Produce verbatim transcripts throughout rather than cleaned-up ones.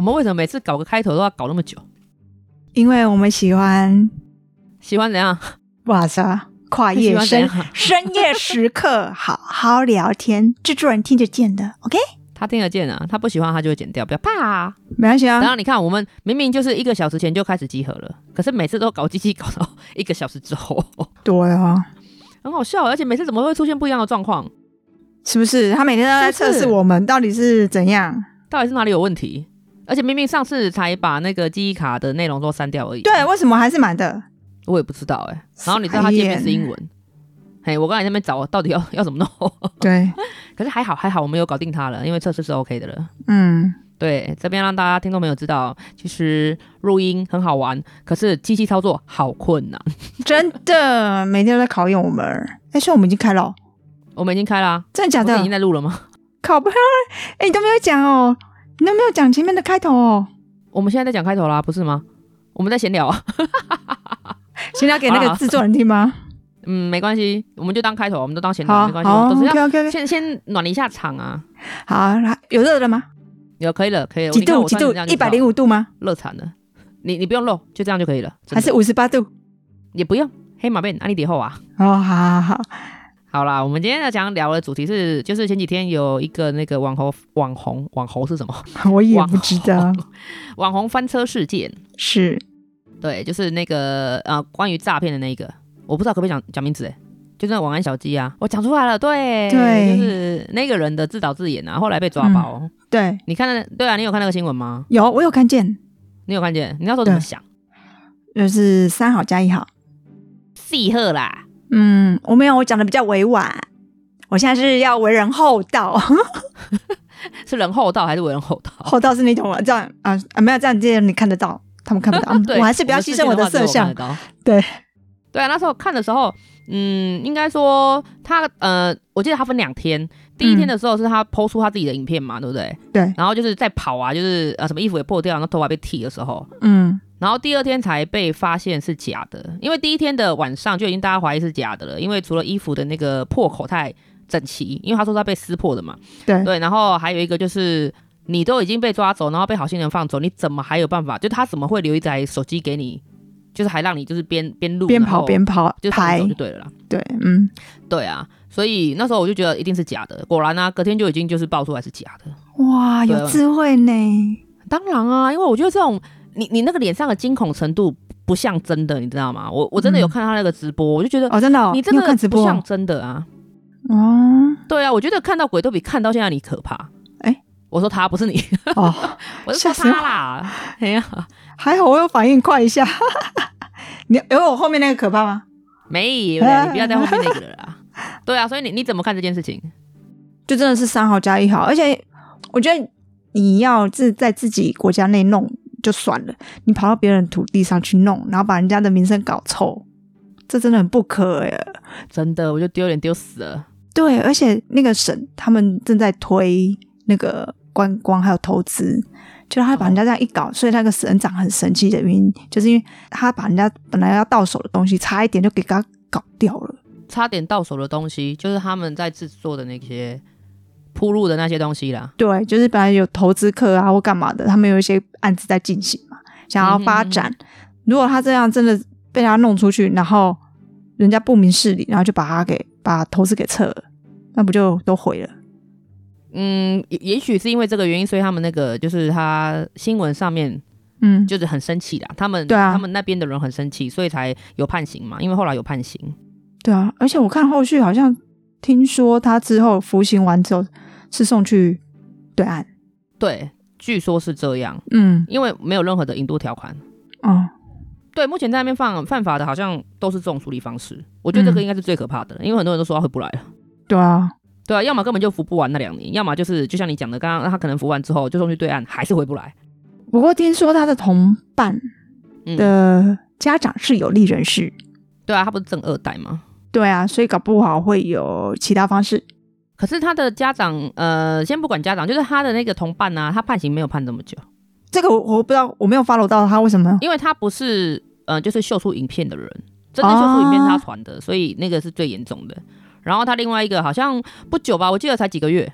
们为什么每次搞个开头都要搞那么久？ 因为我们喜欢喜欢怎样？ 哇塞，跨夜深深夜时刻好好聊天，制作人听得见的 OK， 他听得见啊，他不喜欢他就会剪掉，不要怕啊， 没关系啊。 然后你看我们明明就是一个小时前就开始集合了，可是每次都搞机器搞到一个小时之后。 对啊， 很好笑，而且每次怎么会出现不一样的状况？ 是不是他每天都在测试我们到底是怎样， 到底是哪里有问题？而且明明上次才把那个记忆卡的内容都删掉而已。 对，为什么还是满的？ 我也不知道哎、欸。然后你知道它界面是英文，嘿，我刚才在那边找到底要要怎么弄。 对， 可是还好还好，我们有搞定它了，因为测试是 OK 的了。 嗯， 对，这边让大家听众朋友知道，其实录音很好玩，可是机器操作好困难。 真的，每天都在考验我们。哎，所以我们已经开了、哦， 我们已经开了、啊， 真的假的？ 已经在录了吗？ 考不上，哎，你都没有讲哦，你都没有讲前面的开头哦。 我们现在在讲开头啦，不是吗？我们在闲聊啊。 闲聊给那个制作人听吗？ 嗯，没关系，我们就当开头，我们都当闲聊，没关系，都是要 okay, okay, okay. 先先暖一下场啊。 好，有热了吗？ 有，可以了，可以了。 几度？几度？一百零五度吗？ 热惨了，你你不用漏，就这样就可以了。 还是五十八度？ 也不用。黑马变，安利底后啊。 哦，好好好。 好啦，我们今天要讲聊的主题是，就是前几天有一个那个网红网红网红是什么？ 我也不知道。 网红翻车事件是， 对，就是那个呃关于诈骗的那个，我不知道可不可以讲讲名字哎，就是那晚安小鸡啊，我讲出来了，对对， 就是那个人的自导自演啊，后来被抓包。嗯、 对， 你看那对啊，你有看那个新闻吗？ 有，我有看见。 你有看见？你那时候怎么想？ 就是三好加一好， 四好啦。 嗯，我没有，我讲的比较委婉。我现在是要为人厚道， 是人厚道还是为人厚道？ 厚道是那种这样啊啊，没有这样，这样你看得到，他们看不到。 对， 我还是不要牺牲我的色相。对对啊，那时候看的时候，嗯，应该说他呃，我记得他分两天。第一天的时候是他 po 出他自己的影片嘛，对不对？ 对。 然后就是在跑啊，就是呃什么衣服也破掉，然后头发被剃的时候， 嗯。 然后第二天才被发现是假的，因为第一天的晚上就已经大家怀疑是假的了，因为除了衣服的那个破口太整齐，因为他说他被撕破的嘛， 对对，然后还有一个就是你都已经被抓走，然后被好心人放走，你怎么还有办法？就他怎么会留一台手机给你，就是还让你就是边边录边跑边跑就拍就对了啦， 对，嗯， 对啊，所以那时候我就觉得一定是假的，果然啊，隔天就已经就是爆出来是假的， 哇，有智慧呢， 当然啊，因为我觉得这种。你你那个脸上的惊恐程度不像真的，你知道吗？我我真的有看他那个直播，嗯、我就觉得哦，真的、哦， 你这个不像真的啊。 哦， 对啊，我觉得看到鬼都比看到现在你可怕。哎、欸，我说他不是你哦，我是说他啦。哎呀， 还好我有反应快一下。你有我后面那个可怕吗？ 没有，你不要在后面那个了啦。对啊，所以你你怎么看这件事情？ 就真的是三好加一好，而且我觉得你要自在自己国家内弄。就算了，你跑到别人土地上去弄，然后把人家的名声搞臭，这真的很不可耶！ 真的，我就丢脸丢死了。 对，而且那个省他们正在推那个观光还有投资，就是他把人家这样一搞，所以那个省长很生气的原因，就是因为他把人家本来要到手的东西，差一点就给他搞掉了。 差点到手的东西，就是他们在制作的那些。铺路的那些东西啦， 对，就是本来有投资客啊或干嘛的，他们有一些案子在进行嘛，想要发展。嗯、哼哼如果他这样真的被他弄出去，然后人家不明事理，然后就把他给把投资给撤了，那不就都毁了？ 嗯，也许是因为这个原因，所以他们那个就是他新闻上面，嗯，就是很生气啦。他们对啊，他们那边的人很生气，所以才有判刑嘛。因为后来有判刑。 对啊，而且我看后续好像听说他之后服刑完之后。是送去对岸， 对，据说是这样， 嗯， 因为没有任何的引渡条款， 嗯， 对，目前在那边犯犯法的，好像都是这种处理方式。我觉得这个应该是最可怕的，嗯、因为很多人都说他回不来了。 对啊， 对啊，要么根本就服不完那两年，要么就是就像你讲的，刚刚他可能服完之后就送去对岸，还是回不来。 不过听说他的同伴的家长是有利人士， 嗯、对啊，他不是正二代吗？ 对啊，所以搞不好会有其他方式。 可是他的家长，呃，先不管家长，就是他的那个同伴啊，他判刑没有判这么久。 这个 我, 我不知道，我没有 follow 到他为什么？ 因为他不是，呃，就是秀出影片的人，真正秀出影片是他传的，啊、所以那个是最严重的。然后他另外一个好像不久吧，我记得才几个月，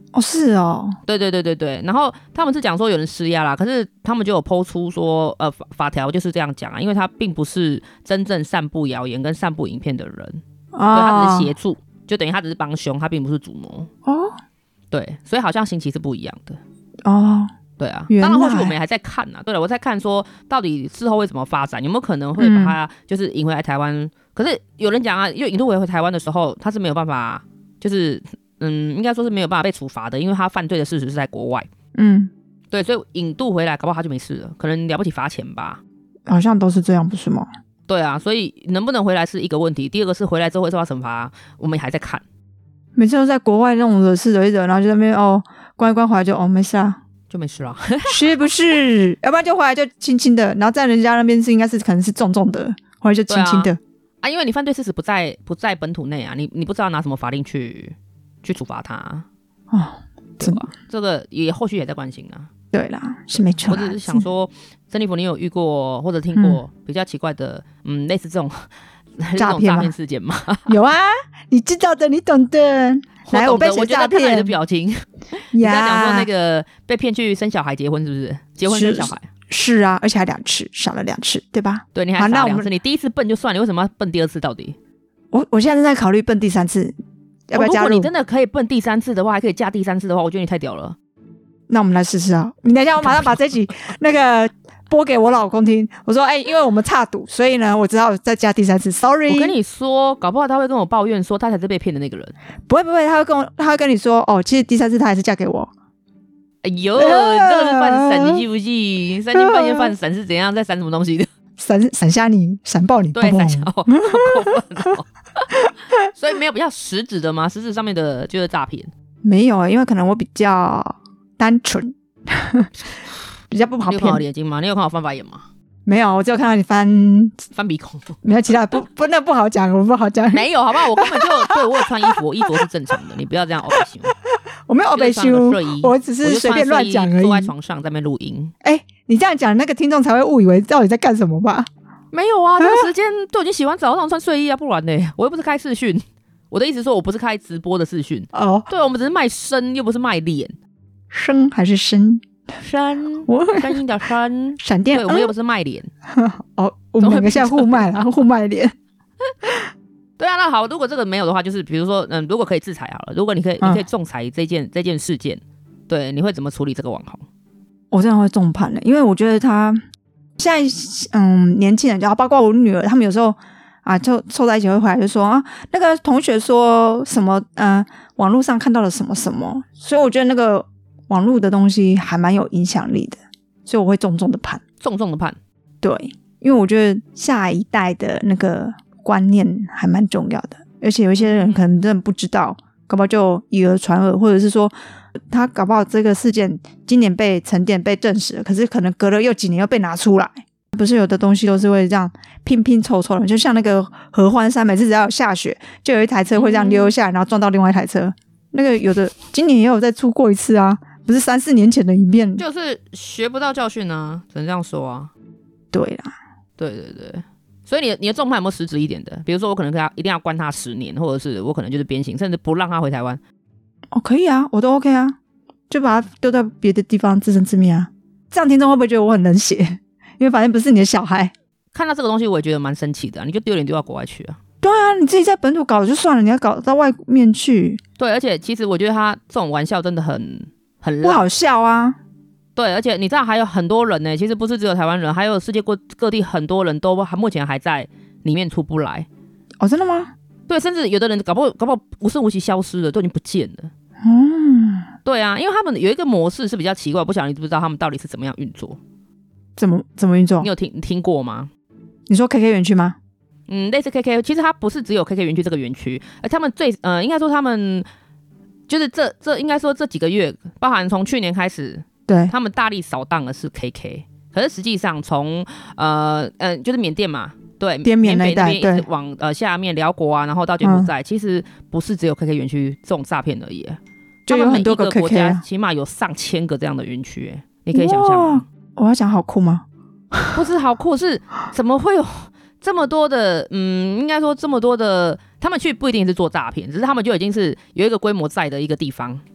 哦，是哦， 对对对对对。然后他们是讲说有人施压啦，可是他们就有抛出说，呃，法法条就是这样讲啊，因为他并不是真正散布谣言跟散布影片的人，哦、对，他只是协助，就等于他只是帮凶，他并不是主谋。哦，对，所以好像刑期是不一样的。哦，对啊，当然后续我们也还在看啊。对了，我在看说到底事后会怎么发展，有没有可能会把他就是引回来台湾？嗯、可是有人讲啊，因为引渡回台湾的时候，他是没有办法，就是嗯，应该说是没有办法被处罚的，因为他犯罪的事实是在国外。嗯，对，所以引渡回来，搞不好他就没事了，可能了不起罚钱吧。 好像都是这样，不是吗？ 对啊，所以能不能回来是一个问题，第二个是回来之后会受到惩罚，我们还在看。 每次都在国外那种惹事惹一惹，然后就在那边哦关一关回来就哦没事啊。 就没事了， 是不是？要不然就回来就轻轻的，然后在人家那边是应该是可能是重重的，回来就轻轻的 啊, 啊，因为你犯罪事实不在不在本土内啊，你你不知道拿什么法令去去处罚他啊，哦、对吧？这个也后续也在关心啊。 对啦，是没错。 我只是想说，珍妮佛，你有遇过或者听过比较奇怪的，嗯，嗯类似这种诈骗事件吗？ 有啊，你知道的，你懂的。来，我被谁诈骗？ 我觉得看到你的表情，你在讲说那个被骗去生小孩、结婚，是不是？结婚生小孩是, 是啊，而且还两次，少了两次，对吧？ 对，你还少两次。你第一次笨就算，你为什么要笨第二次？到底？ 我我现在正在考虑笨第三次，要不要加入？ 如果你真的可以笨第三次的话，还可以嫁第三次的话，我觉得你太屌了。 那我们来试试啊！你等一下，我马上把这集那个播给我老公听。我说，哎、欸，因为我们差赌，所以呢，我只好再加第三次。Sorry， 我跟你说，搞不好他会跟我抱怨说，他才是被骗的那个人。 不会不会，他会跟我，他会跟你说，哦，其实第三次他还是嫁给我。 哎呦，你这个是犯闪，你记不记？三更半夜犯闪是怎样？在闪什么东西的？ 闪闪瞎你，闪爆你， 对，闪瞎我，好过分哦。所以没有比较实质的吗？实质上面的就是诈骗。 没有啊、欸，因为可能我比较单纯，比较不好骗。 你有看我眼睛吗？你有看我翻白眼吗？ 没有，我只有看到你翻翻鼻孔， 没有其他不不那不好讲，我不好讲。 没有，好不好？我根本就对我有穿衣服，我衣服是正常的，你不要这样欧北修。 我没有欧北修，我只是随便乱讲而已。 坐在床上在那边录音。 哎、欸，你这样讲，那个听众才会误以为到底在干什么吧？ 没有啊，这个时间都已经洗完澡，让穿睡衣啊，不然呢？我又不是开视讯。我的意思说，我不是开直播的视讯哦。对，我们只是卖声，又不是卖脸。 声还是声？ 声，声音的声。 闪电， 对，我们又不是卖脸。 哦，我们两个现在互卖了，互卖脸。 对啊，那好，如果这个没有的话，就是比如说，嗯，如果可以制裁好了，如果你可以，嗯、你可以仲裁这件这件事件，对，你会怎么处理这个网红？ 我真的会重判的，因为我觉得他现在，嗯，年轻人，然后包括我女儿，他们有时候啊，就凑在一起会回来就说啊，那个同学说什么，嗯、呃，网络上看到了什么什么，所以我觉得那个网络的东西还蛮有影响力的，所以我会重重的判， 重重的判。 对，因为我觉得下一代的那个观念还蛮重要的，而且有一些人可能真的不知道，搞不好就以讹传讹，或者是说他搞不好这个事件今年被沉淀被证实了，可是可能隔了又几年又被拿出来。不是有的东西都是会这样拼拼凑凑的，就像那个合欢山，每次只要有下雪，就有一台车会这样溜下来，然后撞到另外一台车。那个有的今年也有再出过一次啊，不是三四年前的影片， 就是学不到教训啊，只能这样说啊。 对啦， 对对对，所以你的你的重判有没有实质一点的？比如说我可能跟他一定要关他十年，或者是我可能就是鞭刑，甚至不让他回台湾。 哦，可以啊，我都 OK 啊，就把他丢到别的地方自生自灭啊。这样听众会不会觉得我很冷血？因为反正不是你的小孩。 看到这个东西我也觉得蛮生气的、啊、你就丢脸丢到国外去啊。 对啊，你自己在本土搞就算了，你要搞到外面去。 对，而且其实我觉得他这种玩笑真的很很不好笑啊。 对，而且你知道还有很多人呢、欸，其实不是只有台湾人，还有世界各地很多人都目前还在里面出不来。 哦，真的吗？ 对，甚至有的人搞不好搞不好无声无息消失了，都已经不见了。嗯，对啊，因为他们有一个模式是比较奇怪，不晓得你知不知道他们到底是怎么样运作。 怎么怎么运作？ 你有听你听过吗？ 你说 K K 园区吗？ 嗯，类似 K K， 其实它不是只有 K K 园区这个园区，而他们最呃，应该说他们就是这这应该说这几个月，包含从去年开始， 对， 他们大力扫荡的是 K K， 可是实际上从呃呃就是缅甸嘛，对， 滇缅那一带， 一直往呃下面辽国啊，然后到柬埔寨、嗯，其实不是只有 K K 园区这种诈骗而已， 就有很多个 K K， 国家起码有上千个这样的园区，你可以想象吗？ 我要讲好酷吗？ 不是好酷，是怎么会有这么多的？嗯，应该说这么多的，他们去不一定是做诈骗，只是他们就已经是有一个规模在的一个地方，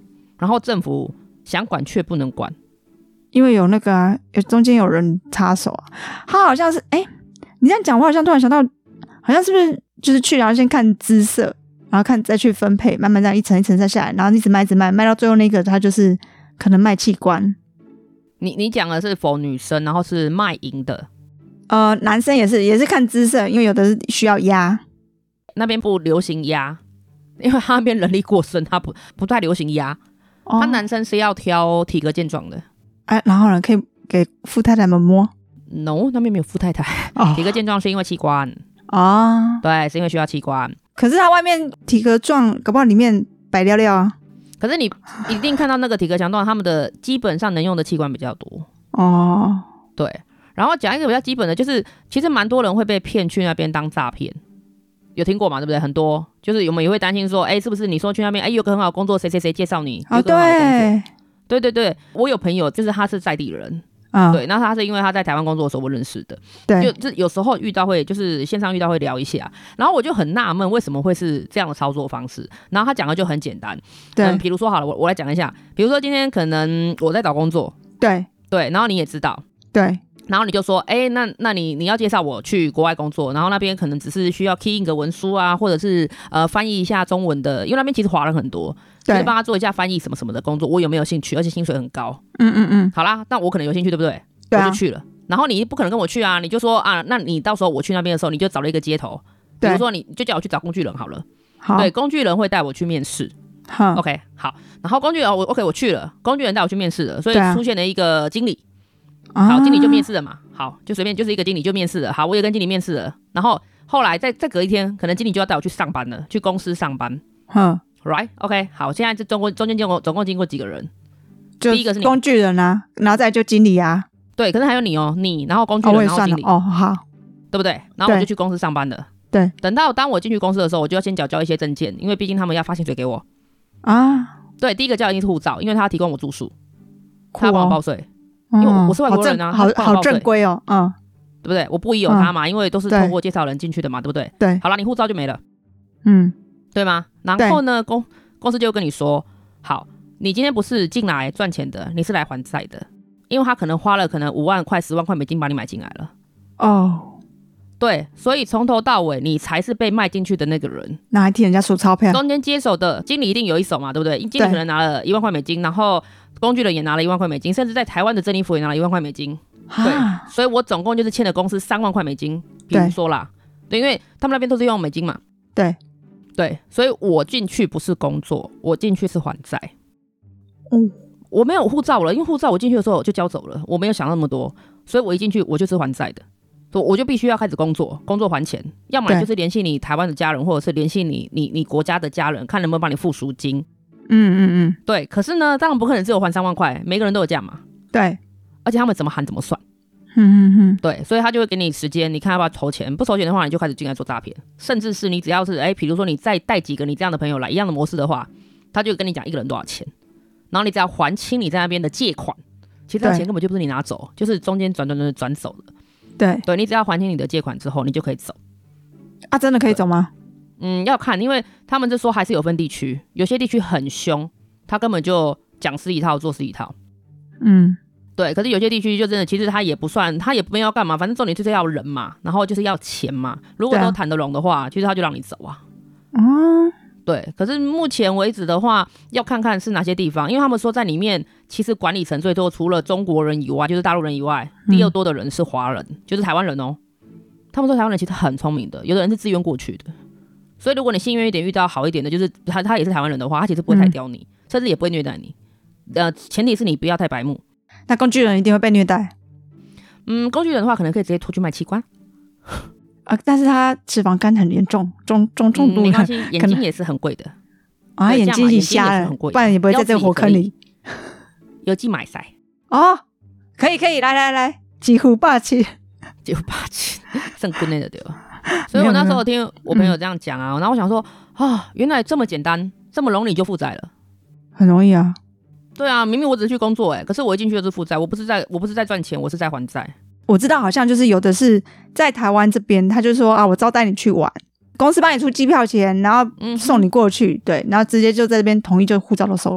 然后政府想管却不能管， 因为有那个啊，有中间有人插手啊。他好像是哎，你这样讲，我好像突然想到，好像是不是就是去然后先看姿色，然后看再去分配，慢慢这样一层一层再下来，然后一直卖一直卖，卖到最后那个他就是可能卖器官。 你你讲的是否女生，然后是卖淫的？ 呃，男生也是也是看姿色，因为有的是需要压， 那边不流行压，因为他那边人力过剩，他不不太流行压。哦、他男生是要挑体格健壮的， 哎、啊，然后呢可以给富太太们摸。 No， 那边没有富太太。哦、体格健壮是因为器官啊， 对，是因为需要器官。 可是他外面体格壮，搞不好里面白料料啊。 可是你一定看到那个体格强壮，他们的基本上能用的器官比较多哦。 对，然后讲一个比较基本的，就是其实蛮多人会被骗去那边当诈骗，有听过嘛？对不对？很多就是我们也会担心说，哎，是不是你说去那边，哎，有个很好的工作，谁谁谁介绍你？ 哦，对， 对对对，我有朋友就是他是在地人。嗯，对，那他是因为他在台湾工作的时候我认识的，对，就有时候遇到会就是线上遇到会聊一下，然后我就很纳闷为什么会是这样的操作方式，然后他讲的就很简单，对，嗯，比如说好了，我我来讲一下，比如说今天可能我在找工作， 对对，然后你也知道， 对。 然后你就说，哎，那那你你要介绍我去国外工作，然后那边可能只是需要 key in 个文书啊，或者是呃翻译一下中文的，因为那边其实华人很多，就是帮他做一下翻译什么什么的工作，我有没有兴趣？而且薪水很高。嗯嗯嗯。好啦，那我可能有兴趣，对不对？对啊。我就去了。然后你不可能跟我去啊，你就说啊，那你到时候我去那边的时候，你就找了一个街头，比如说你就叫我去找工具人好了。好。对，工具人会带我去面试。好。OK， 好。然后工具人我 OK 我去了，工具人带我去面试了，所以出现了一个经理。好，经理就面试了嘛。好，就随便就是一个经理就面试了。好，我也跟经理面试了。然后后来再再隔一天，可能经理就要带我去上班了，去公司上班。嗯 ，Right， OK， 好，现在这中共中间经过总共经过几个人？ 就第一个是你工具人啊，然后再就经理啊。 对，可是还有你哦，你然后工具人，哦、然后经理哦，好， 对不对？然后我就去公司上班了。 对， 等到当我进去公司的时候，我就要先缴交一些证件，因为毕竟他们要发薪水给我啊。对，第一个交一定是护照，因为他要提供我住宿，他要帮我报税。因为我是外国人啊， 好好正规哦，嗯， 对不对？我不疑有他嘛，嗯、因为都是透过介绍人进去的嘛，对不对？ 对， 好了，你护照就没了， 嗯， 对吗？然后呢，公公司就跟你说，好，你今天不是进来赚钱的，你是来还债的，因为他可能花了可能五万块、十万块美金把你买进来了，哦，对，所以从头到尾你才是被卖进去的那个人， 那还替人家数钞票， 中间接手的经理一定有一手嘛，对不对？经理可能拿了一万块美金，然后工具人也拿了一万块美金，甚至在台湾的珍妮佛也拿了一万块美金。对，所以我总共就是欠了公司三万块美金。比如说啦，对，因为他们那边都是用美金嘛。 对， 对，所以我进去不是工作，我进去是还债。嗯，我没有护照了，因为护照我进去的时候我就交走了，我没有想那么多，所以我一进去我就是还债的。我就必须要开始工作，工作还钱，要么就是联系你台湾的家人，或者是联系你你你国家的家人，看能不能帮你付赎金。嗯嗯嗯，对。可是呢，当然不可能只有还三万块，每个人都有这样嘛。 对， 而且他们怎么喊怎么算。嗯嗯嗯，对，所以他就会给你时间，你看要不要筹钱，不筹钱的话，你就开始进来做诈骗，甚至是你只要是哎，比如说你再带几个你这样的朋友来，一样的模式的话，他就跟你讲一个人多少钱，然后你只要还清你在那边的借款，其实这钱根本就不是你拿走，就是中间转转转转走的。 对对，你只要还清你的借款之后，你就可以走。 啊，真的可以走吗？ 嗯，要看，因为他们就说还是有分地区，有些地区很凶，他根本就讲是一套做是一套。嗯，对。可是有些地区就真的，其实他也不算，他也没有要干嘛，反正重点就是要人嘛，然后就是要钱嘛。如果都谈得拢的话，其实他就让你走啊。嗯，对。可是目前为止的话，要看看是哪些地方，因为他们说在里面，其实管理层最多除了中国人以外，就是大陆人以外，第二多的人是华人，就是台湾人哦。他们说台湾人其实很聪明的，有的人是自愿过去的。所以如果你幸运一点遇到好一点的，就是他他也是台湾人的话，他其实不会太刁你，嗯、甚至也不会虐待你。呃，前提是你不要太白目。 那工具人一定会被虐待。 嗯，工具人的话可能可以直接拖去卖器官。 啊，但是他脂肪肝很严重，中中重度、嗯、 没关系，眼睛也是很贵的。 啊，眼睛已瞎了，不然也不会在这个火坑里。 有机买塞哦，可以可以，来来来，几乎霸气， 几乎霸气，剩棍内的对吧？所以我那时候听我朋友这样讲啊，然后我想说啊，原来这么简单，这么容易就负债了， 很容易啊。 对啊，明明我只是去工作哎、欸，可是我一进去就是负债，我不是在我不是在赚钱，我是在还债。 我知道，好像就是有的是在台湾这边，他就说啊，我招待你去玩，公司帮你出机票钱，然后送你过去，嗯、对，然后直接就在这边统一就护照都收了。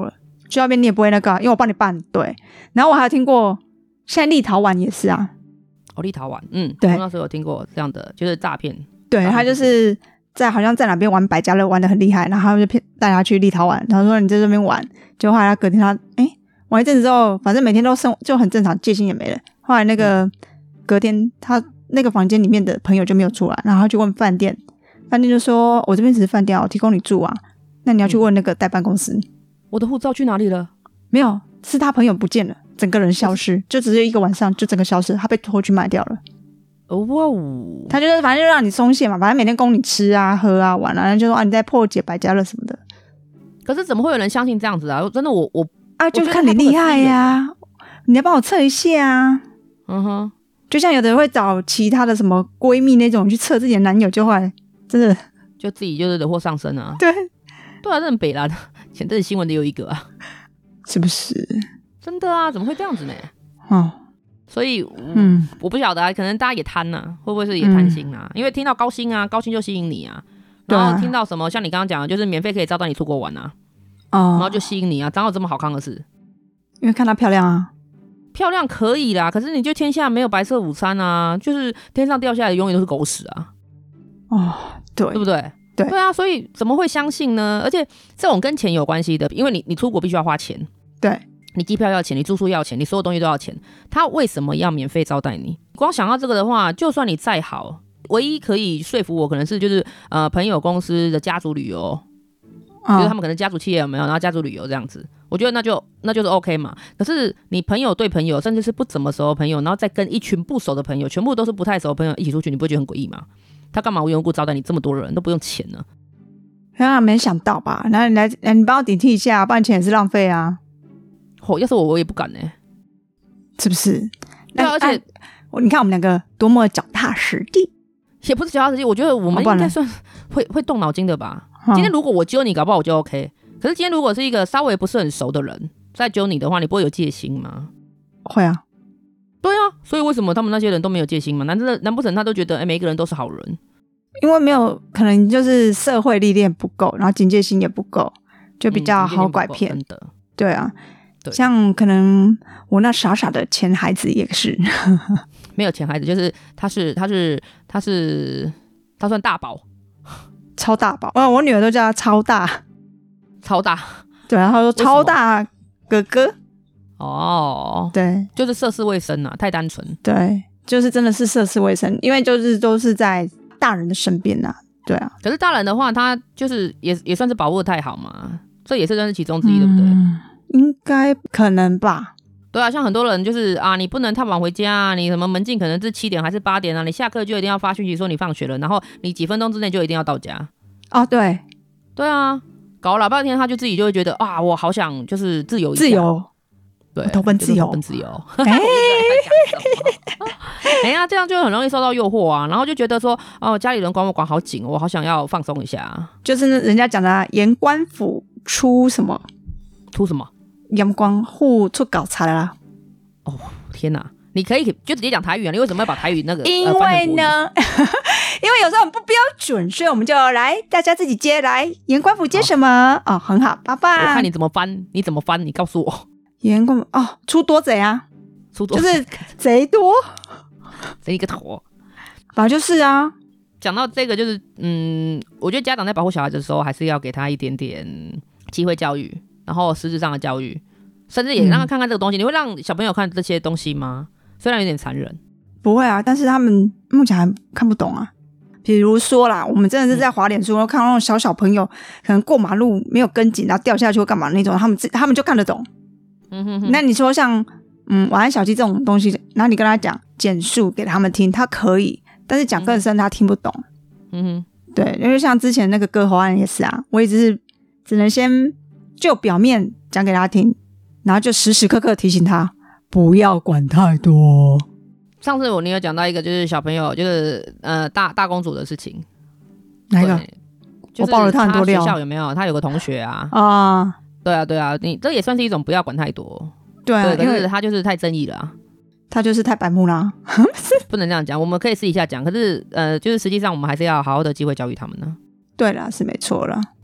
去那边你也不会那个，因为我帮你办。对，然后我还有听过，现在立陶宛也是啊。 哦，立陶宛，嗯， 对， 我那时候有听过这样的，就是诈骗。 对，他就是在好像在哪边玩百家乐玩得很厉害，然后他们就骗带他去立陶宛，然后说你在这边玩，结果后来他隔天他哎玩一阵子之后，反正每天都生就很正常，戒心也没了。后来那个、嗯、隔天他那个房间里面的朋友就没有出来，然后他就问饭店，饭店就说我这边只是饭店，我提供你住啊，那你要去问那个代办公司。嗯、 我的护照去哪里了？ 没有，是他朋友不见了，整个人消失，就只是一个晚上就整个消失，他被拖去卖掉了。 哦哇哦！ 他就是反正就让你松懈嘛，反正每天供你吃啊、喝啊、玩啊，就说啊你在破解百家乐什么的。 可是怎么会有人相信这样子啊？真的我我啊，就看你厉害呀、啊，你要帮我测一下啊。 嗯哼， 就像有的人会找其他的什么闺蜜那种去测自己的男友，就后来真的就自己就是惹祸上身啊。 对对啊，这很北啦，前阵子新闻的有一个啊， 是不是？ 真的啊，怎么会这样子呢？ 哦。 所以，嗯，我不晓得啊，可能大家也贪呐、啊，会不会是也贪心啊、嗯？因为听到高薪啊，高薪就吸引你啊，然后听到什么，像你刚刚讲的，就是免费可以招待你出国玩啊，哦，然后就吸引你啊，哪有这么好看的事？ 因为看她漂亮啊， 漂亮可以啦，可是你就天下没有白色午餐啊，就是天上掉下来的永远都是狗屎啊， 哦，对， 对不对？ 对， 对啊，所以怎么会相信呢？而且这种跟钱有关系的，因为你你出国必须要花钱， 对。 你机票要钱，你住宿要钱，你所有东西都要钱，他为什么要免费招待你？光想到这个的话，就算你再好，唯一可以说服我可能是就是呃朋友公司的家族旅游，嗯、就是他们可能家族企业有没有，然后家族旅游这样子，我觉得那就那就是 OK 嘛。可是你朋友对朋友，甚至是不怎么熟的朋友，然后再跟一群不熟的朋友，全部都是不太熟的朋友一起出去，你不会觉得很诡异吗？他干嘛无缘无故招待你这么多人，都不用钱呢？ 啊，没想到吧？然后你来，你帮我顶替一下，不然钱也是浪费啊。 哦，要是我，我也不敢呢、欸， 是不是？ 对、啊，而且、 啊、你看我们两个多么脚踏实地， 也不是脚踏实地，我觉得我们应该算会会动脑筋的吧。今天如果我揪你，搞不好我就 OK。可是今天如果是一个稍微不是很熟的人在揪你的话，你不会有戒心吗？ 会啊， 对啊，所以为什么他们那些人都没有戒心嘛？难道难不成他都觉得哎、欸，每一个人都是好人？ 因为没有可能就是社会历练不够，然后警戒心也不够，就比较好拐骗。嗯、真的，对啊。像可能我那傻傻的前孩子也是没有前孩子，就是他是他是他是他算大宝， 超大宝。哦，我女儿都叫他超大， 超大。 对，然后说超大哥哥。 哦， 对， 就是涉世未深啊，太单纯。 对，就是真的是涉世未深，因为就是都是在大人的身边啊。对啊， 可是大人的话，他就是也也算是保护得太好嘛，这也是算是其中之一，对不对？ 嗯，应该可能吧。 对啊，像很多人就是啊，你不能太晚回家啊，你什么门禁可能是七点还是八点啊，你下课就一定要发讯息说你放学了，然后你几分钟之内就一定要到家。 哦，对， 对啊，搞了老半天，他就自己就会觉得啊，我好想就是自由一下， 自由， 对， 投奔自由， 投奔自由。哎，哎呀，这样就很容易受到诱惑啊，然后就觉得说，哦，家里人管我管好紧，我好想要放松一下。 就是人家讲的、啊，言官府出什么？ 出什么？ 阳光户出搞差啦！ 哦天哪，你可以就直接讲台语啊！你为什么要把台语那个？ 因为呢，呃、因为有时候很不标准，所以我们就来大家自己接来。阳官府接什么？哦，很好，爸爸。 我看你怎么翻，你怎么翻？你告诉我。 阳官哦，出多贼啊！ 出多就是贼多， 贼一个头。 反正就是啊。 讲到这个，就是嗯，我觉得家长在保护小孩子的时候，还是要给他一点点机会教育。然后实质上的教育，甚至也让他看看这个东西、嗯、你会让小朋友看这些东西吗？虽然有点残忍。 不会啊，但是他们目前还看不懂啊。比如说啦，我们真的是在滑脸书、嗯、看到那种小小朋友可能过马路没有跟紧然后掉下去或干嘛那种，他们他们就看得懂。嗯哼哼。那你说像嗯晚安小鸡这种东西，然后你跟他讲简述给他们听，他可以，但是讲更深他听不懂。嗯哼。对，因为像之前那个割喉案也是啊，我也只是只能先就表面讲给他听，然后就时时刻刻提醒他不要管太多。 上次我你有讲到一个就是小朋友就是呃大大公主的事情。 哪一个？ 就是、 我爆了他很多料。 学校有没有？他有个同学啊。 啊， 对啊对啊，你这也算是一种不要管太多。 对啊， 对，可是他就是太正义了、啊。 他就是太白目啦。 不能这样讲，我们可以私底下讲，可是呃，就是实际上我们还是要好好的机会教育他们呢。 对啦，是没错啦。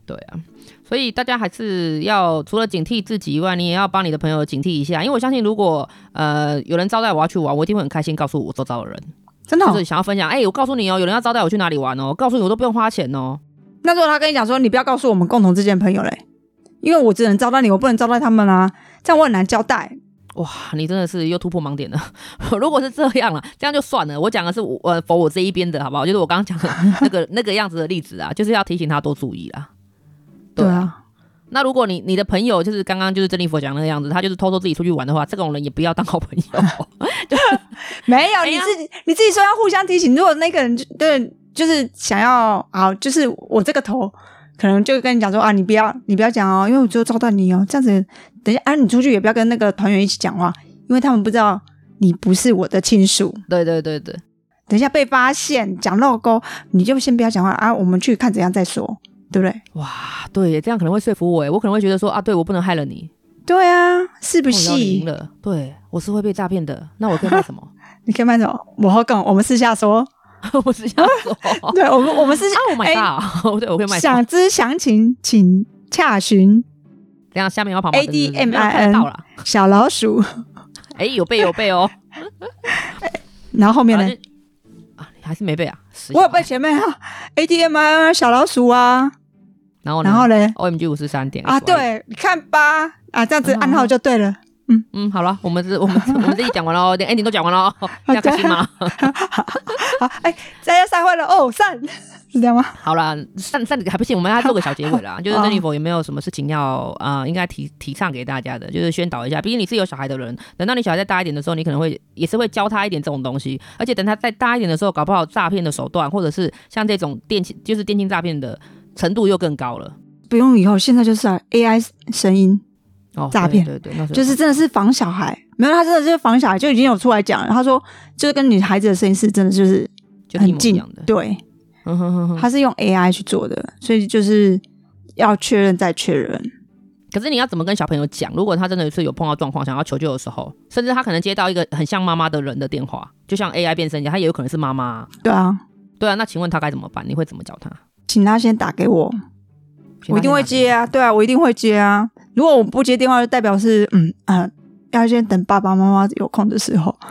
对啊，所以大家还是要除了警惕自己以外，你也要帮你的朋友警惕一下，因为我相信如果呃有人招待我要去玩，我一定会很开心告诉我周遭的人， 真的、哦、 就是想要分享，哎、欸，我告诉你哦，有人要招待我去哪里玩哦，告诉你我都不用花钱哦。 那如果他跟你讲说你不要告诉我们共同之间的朋友嘞，因为我只能招待你，我不能招待他们啊，这样我很难交代。 哇，你真的是又突破盲点了。如果是这样了，这样就算了。我讲的是我呃否我这一边的好不好？就是我刚刚讲的那个那个样子的例子啊，就是要提醒他多注意啦。对 啊, 對啊，那如果你你的朋友就是刚刚就是珍妮佛讲那个样子，他就是偷偷自己出去玩的话，这种人也不要当好朋友。 没有，你自己你自己说要互相提醒。如果那个人就对就是想要好，就是我这个头可能就跟你讲说啊，你不要你不要讲哦，因为我就招待你哦，这样子。等一下啊，你出去也不要跟那个团员一起讲话，因为他们不知道你不是我的亲属。 对对对对， 等一下被发现讲漏沟，你就先不要讲话啊，我们去看怎样再说，对不对？ 哇，对，这样可能会说服我耶，我可能会觉得说啊，对我不能害了你。 对啊，是不是？ 我赢了，对，我是会被诈骗的，那我可以卖什么？ 你可以卖什么？我好讲，我们私下说。 我私下说。 对，我们我们私下。 Oh my god！、欸、对，我可以卖什么？ 想知详情，请洽询。 等一下下面要跑 A D M I N 小老鼠， 哎、欸，有背有背哦。 然后后面呢？ 啊，你还是没背啊？ 我有背前面啊 ，A D M I N 小老鼠啊。 然后呢？ 然后呢 ？O M G 五四三点啊，对，你看吧，啊，这样子暗号就对了。嗯嗯，好了，我们这我们我们这一讲完了，连 ending 都讲完了，大家开心吗？ 好，哎，大家散会了哦，散。是这样吗？ 好啦，散散还不行，我们要做个小结尾啦。就是珍妮佛有没有什么事情要啊、呃，应该提提倡给大家的，就是宣导一下。毕竟你是有小孩的人，等到你小孩再大一点的时候，你可能会也是会教他一点这种东西。而且等他再大一点的时候，搞不好诈骗的手段，或者是像这种电信就是电信诈骗的程度又更高了。 不用以后，现在就是 A I 声音诈骗、哦，对对对，就是真的是防小孩。没有，他真的是防小孩，就已经有出来讲了。他说，就是跟你孩子的声音是真的就是很近的，对。 嗯、哼哼哼， 他是用 A I 去做的，所以就是要确认再确认。 可是你要怎么跟小朋友讲？如果他真的是有碰到状况想要求救的时候，甚至他可能接到一个很像妈妈的人的电话，就像 A I 变身一样，他也有可能是妈妈。 对啊， 对啊，那请问他该怎么办？你会怎么教他？ 请他先打给我，我一定会接啊。对啊，我一定会接啊。如果我不接电话，就代表是嗯啊、呃，要先等爸爸妈妈有空的时候。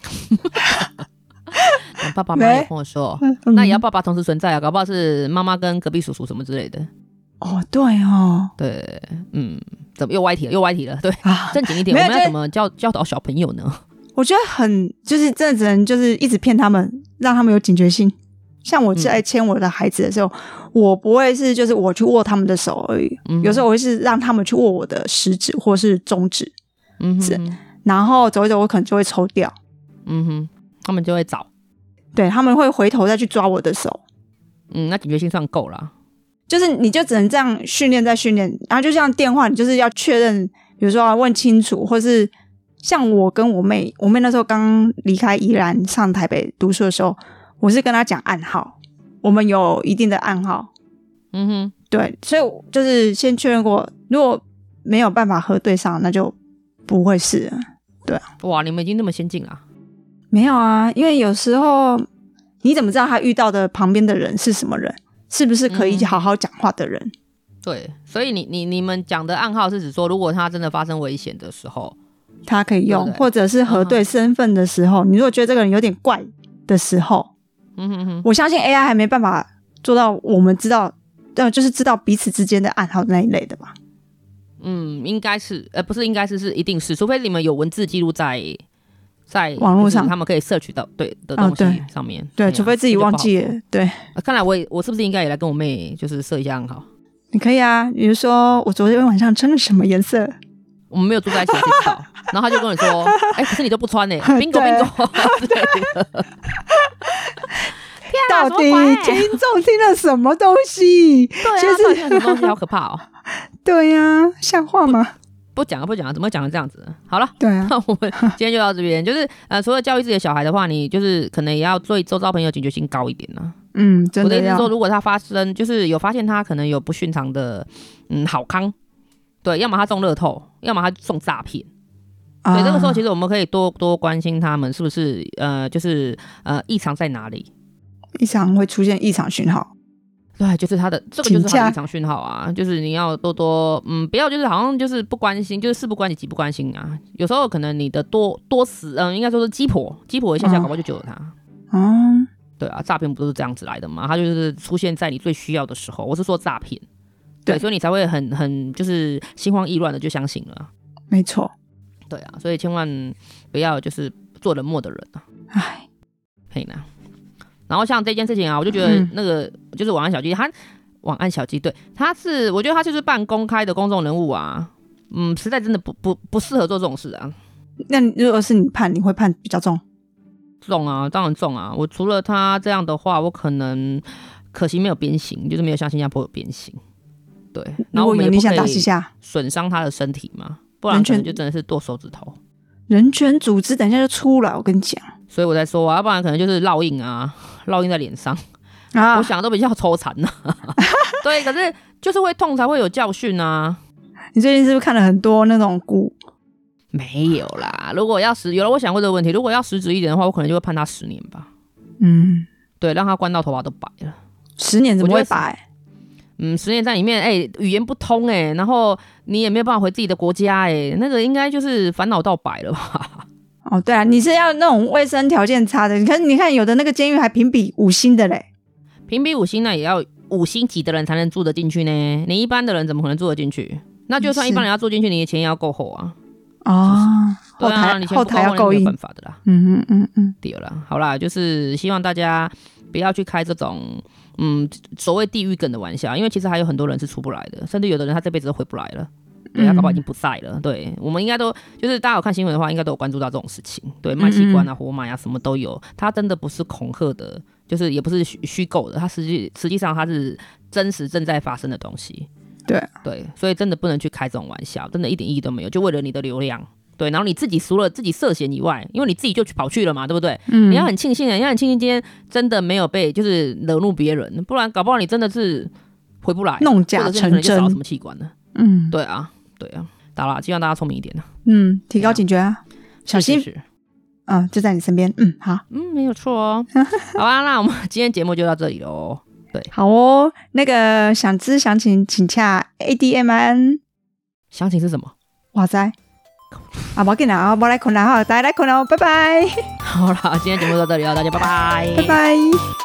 等爸爸妈妈有空的时候，那也要爸爸同时存在啊，搞不好是妈妈跟隔壁叔叔什么之类的。 哦，对哦， 对，嗯，怎么又歪题了？又歪题了。对，啊、正经一点，我们要怎么教教导小朋友呢？ 我觉得很就是真的只能就是一直骗他们，让他们有警觉性。像我在牵我的孩子的时候，嗯、我不会是就是我去握他们的手而已，嗯、有时候我会是让他们去握我的食指或是中指，嗯哼，然后走一走，我可能就会抽掉， 嗯哼，他们就会找。 对，他们会回头再去抓我的手， 嗯，那警觉性算够了。 就是你就只能这样训练再训练，然后就像电话，你就是要确认，比如说要问清楚，或是像我跟我妹，我妹那时候刚离开宜兰上台北读书的时候，我是跟她讲暗号，我们有一定的暗号，嗯哼，对，所以就是先确认过，如果没有办法核对上，那就不会是了，对啊。 哇，你们已经那么先进了。 没有啊，因为有时候你怎么知道他遇到的旁边的人是什么人，是不是可以好好讲话的人？嗯、 对，所以你你你们讲的暗号是指说，如果他真的发生危险的时候， 他可以用，对对，或者是核对身份的时候，嗯、你如果觉得这个人有点怪的时候，嗯哼哼，我相信 A I 还没办法做到我们知道，呃，就是知道彼此之间的暗号那一类的吧？ 嗯，应该是，呃，不是，应该是是一定是，除非你们有文字记录在。在网络上， 他们可以search到对的东西上面，哦、 对，对，除非自己忘记了，对、 啊。看来我我是不是应该也来跟我妹就是设一下暗号？ 你可以啊，比如说我昨天晚上穿了什么颜色？ 我们没有住在一起，我不知道。然后他就跟我说：“哎、欸，可是你都不穿呢、欸、，bingo bingo。” 到底听众听了什么东西？ 对啊，就是到底听了什么东西，好可怕哦！ 对呀、啊，像话吗？ 不讲了，不讲了，怎么会讲成这样子？好了， 对啊， 那我们今天就到这边。就是呃，除了教育自己的小孩的话，你就是可能也要对周遭朋友警觉性高一点呢、啊。 嗯，真的要。 我的意思是说，如果他发生，就是有发现他可能有不寻常的嗯好康，对，要么他中乐透，要么他中诈骗。啊、对，这个时候其实我们可以多多关心他们是不是呃，就是呃异常在哪里？ 异常会出现异常讯号。 对，就是他的这个就是他的异常讯号啊，就是你要多多嗯，不要就是好像就是不关心，就是事不关己己不关心啊。有时候可能你的多多死，嗯，应该说是鸡婆，鸡婆一下下搞不好就救了他。 嗯， 对啊，诈骗不都是这样子来的吗？他就是出现在你最需要的时候。我是说诈骗，对，所以你才会很很就是心慌意乱的就相信了。 没错， 对啊，所以千万不要就是做冷漠的人啊。 唉， 可以呢。然后像这件事情啊，我就觉得那个、嗯、就是晚安小鸡，他晚安小鸡，对，他是我觉得他就是半公开的公众人物啊，嗯，实在真的不不不适合做这种事啊。 那如果是你判，你会判比较重？ 重啊，当然重啊。我除了他这样的话，我可能可惜没有鞭刑，就是没有像新加坡有鞭刑。对，然后我们也不可以损伤他的身体嘛，不然可能就真的是剁手指头。 人权组织等一下就出来，我跟你讲。所以我在说啊，要不然可能就是烙印啊，烙印在脸上啊。我想都比较抽残啊。对，可是就是会痛才会有教训啊。 你最近是不是看了很多那种股？ 没有啦，如果要实有了，我想过这个问题，如果要实质一点的话，我可能就会判他十年吧。 嗯， 对，让他关到头发都白了。 十年怎么会白？ 嗯，十年在里面，哎、欸，语言不通哎、欸，然后你也没有办法回自己的国家哎、欸，那个应该就是烦恼到白了吧？ 哦，对啊，你是要那种卫生条件差的，你看，你看有的那个监狱还评比五星的嘞， 评比五星呢也要五星级的人才能住得进去呢，你一般的人怎么可能住得进去？那就算一般人要住进去，你的钱也要够厚啊。 哦， 对啊，你钱不够厚，你没有办法的啦。 嗯嗯嗯嗯， 对了，好啦，就是希望大家不要去开这种嗯所谓地狱梗的玩笑，因为其实还有很多人是出不来的，甚至有的人他这辈子都回不来了。对，他搞不好已经不在了。对，我们应该都就是大家有看新闻的话，应该都有关注到这种事情。对，卖器官啊、活埋啊，什么都有。他真的不是恐吓的，就是也不是虚构的，他实际实际上他是真实正在发生的东西。 对对，所以真的不能去开这种玩笑，真的一点意义都没有，就为了你的流量。对，然后你自己除了自己涉嫌以外，因为你自己就去跑去了嘛，对不对？嗯，你要很庆幸的，你要很庆幸今天真的没有被就是惹怒别人，不然搞不好你真的是回不来， 弄假成真， 或者是你可能就少了什么器官呢？嗯，对啊。对啊，好啦，希望大家聪明一点啊。 嗯，提高警觉啊，小心。 是是是嗯，就在你身边。嗯，好。 嗯，没有错哦。好啊，那我们今天节目就到这里喽。对， 好哦。那个想知详情，请洽 A D M I N。 详情是什么？ 哇塞！啊，不要紧啦，我来困啦哈，大家来困喽，拜拜。 好啦，今天节目到这里了，大家拜拜， 拜拜。